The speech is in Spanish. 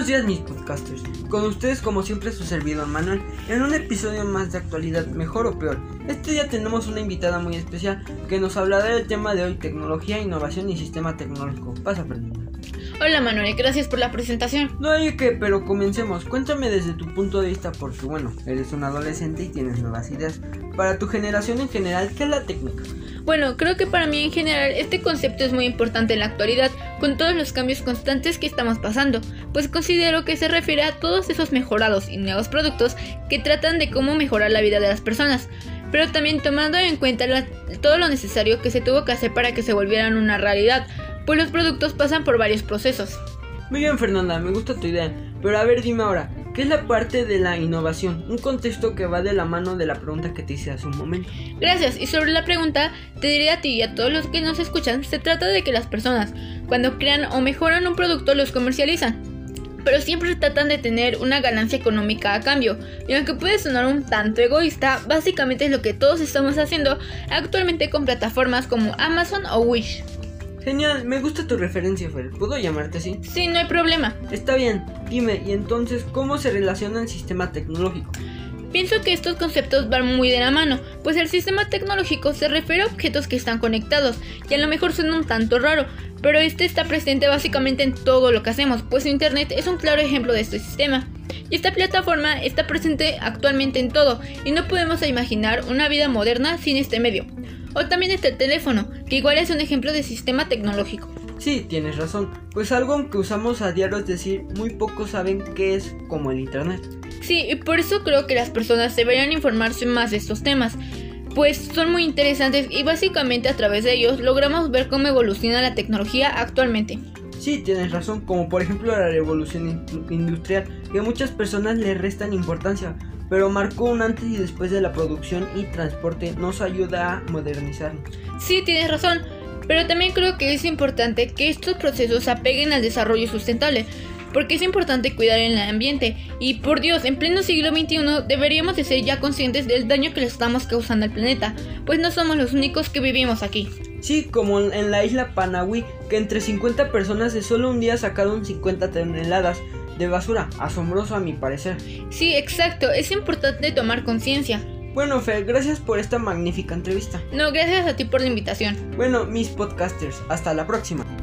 Buenos días mis podcasters, con ustedes como siempre su servidor Manuel, en un episodio más de actualidad, mejor o peor. Este día tenemos una invitada muy especial que nos hablará del tema de hoy, tecnología, innovación y sistema tecnológico. Pasa, Fernanda. Hola Manuel, gracias por la presentación. No hay que, pero comencemos. Cuéntame desde tu punto de vista porque bueno, eres un adolescente y tienes nuevas ideas. Para tu generación en general, ¿qué es la técnica? Bueno, creo que para mí en general este concepto es muy importante en la actualidad, con todos los cambios constantes que estamos pasando, pues considero que se refiere a todos esos mejorados y nuevos productos que tratan de cómo mejorar la vida de las personas, pero también tomando en cuenta todo lo necesario que se tuvo que hacer para que se volvieran una realidad, pues los productos pasan por varios procesos. Muy bien, Fernanda, me gusta tu idea, pero a ver, dime ahora, ¿qué es la parte de la innovación? Un contexto que va de la mano de la pregunta que te hice hace un momento. Gracias, y sobre la pregunta, te diré a ti y a todos los que nos escuchan, se trata de que las personas, cuando crean o mejoran un producto, los comercializan, pero siempre tratan de tener una ganancia económica a cambio, y aunque puede sonar un tanto egoísta, básicamente es lo que todos estamos haciendo actualmente con plataformas como Amazon o Wish. Genial, me gusta tu referencia, Fer. ¿Puedo llamarte así? Sí, no hay problema. Está bien, dime, y entonces, ¿cómo se relaciona el sistema tecnológico? Pienso que estos conceptos van muy de la mano, pues el sistema tecnológico se refiere a objetos que están conectados, y a lo mejor suena un tanto raro, pero este está presente básicamente en todo lo que hacemos, pues Internet es un claro ejemplo de este sistema. Y esta plataforma está presente actualmente en todo, y no podemos imaginar una vida moderna sin este medio. O también está el teléfono, que igual es un ejemplo de sistema tecnológico. Sí, tienes razón, pues algo que usamos a diario, es decir, muy pocos saben qué es como el Internet. Sí, y por eso creo que las personas deberían informarse más de estos temas, pues son muy interesantes y básicamente a través de ellos logramos ver cómo evoluciona la tecnología actualmente. Sí, tienes razón, como por ejemplo la revolución industrial, que muchas personas le restan importancia, pero marcó un antes y después de la producción y transporte, nos ayuda a modernizarnos. Sí, tienes razón, pero también creo que es importante que estos procesos se apeguen al desarrollo sustentable, porque es importante cuidar el ambiente, y por Dios, en pleno siglo XXI deberíamos de ser ya conscientes del daño que le estamos causando al planeta, pues no somos los únicos que vivimos aquí. Sí, como en la isla Panawi, que entre 50 personas de solo un día sacaron 50 toneladas de basura. Asombroso a mi parecer. Sí, exacto, es importante tomar conciencia. Bueno, Fer, gracias por esta magnífica entrevista. No, gracias a ti por la invitación. Bueno, mis podcasters, hasta la próxima.